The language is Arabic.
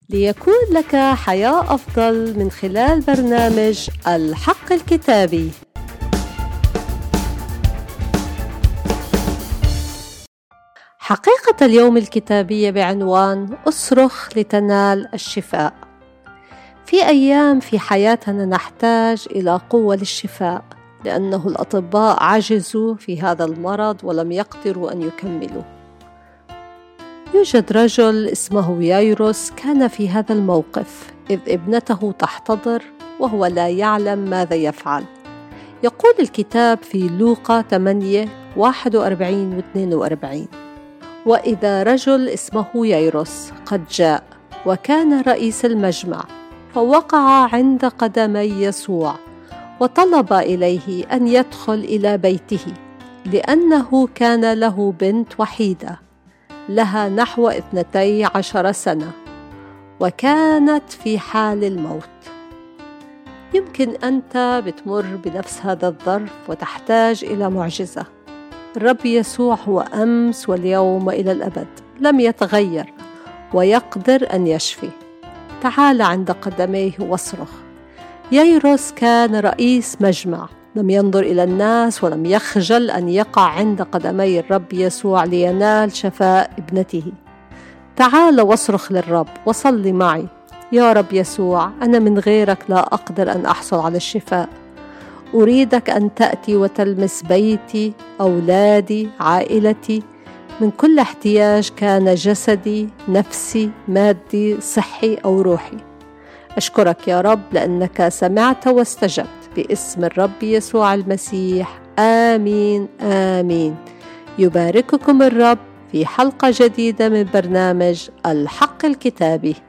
ليكون لك حياة أفضل من خلال برنامج الحق الكتابي. حقيقة اليوم الكتابية بعنوان اصرخ لتنال الشفاء. في أيام في حياتنا نحتاج إلى قوة للشفاء، لأنه الأطباء عجزوا في هذا المرض ولم يقدروا أن يكملوا. يوجد رجل اسمه يايروس كان في هذا الموقف إذ ابنته تحتضر وهو لا يعلم ماذا يفعل. يقول الكتاب في لوقا 8:41 و42: وإذا رجل اسمه يايروس قد جاء وكان رئيس المجمع، فوقع عند قدمي يسوع وطلب إليه أن يدخل إلى بيته، لأنه كان له بنت وحيدة لها نحو 12 سنة وكانت في حال الموت. يمكن أنت بتمر بنفس هذا الظرف وتحتاج إلى معجزة. الرب يسوع هو أمس واليوم وإلى الأبد، لم يتغير ويقدر أن يشفي. تعال عند قدميه واصرخ. يايروس كان رئيس مجمع، لم ينظر إلى الناس ولم يخجل أن يقع عند قدمي الرب يسوع لينال شفاء ابنته. تعال واصرخ للرب وصلي معي: يا رب يسوع، أنا من غيرك لا أقدر أن أحصل على الشفاء. أريدك أن تأتي وتلمس بيتي، أولادي، عائلتي، من كل احتياج كان جسدي، نفسي، مادي، صحي أو روحي. أشكرك يا رب لأنك سمعت واستجبت، باسم الرب يسوع المسيح، آمين آمين. يبارككم الرب في حلقة جديدة من برنامج الحق الكتابي.